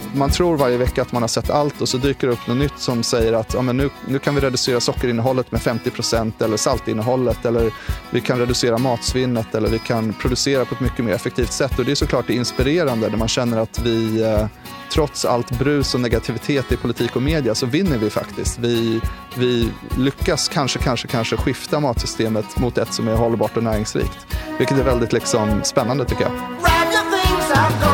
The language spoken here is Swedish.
man tror varje vecka att man har sett allt och så dyker det upp något nytt som säger att ja, men nu kan vi reducera sockerinnehållet med 50% eller saltinnehållet, eller vi kan reducera matsvinnet, eller vi kan producera på ett mycket mer effektivt sätt. Och det är såklart det inspirerande när man känner att vi trots allt brus och negativitet i politik och media så vinner vi faktiskt. Vi lyckas kanske skifta matsystemet mot ett som är hållbart och näringsrikt. Vilket är väldigt liksom spännande tycker jag.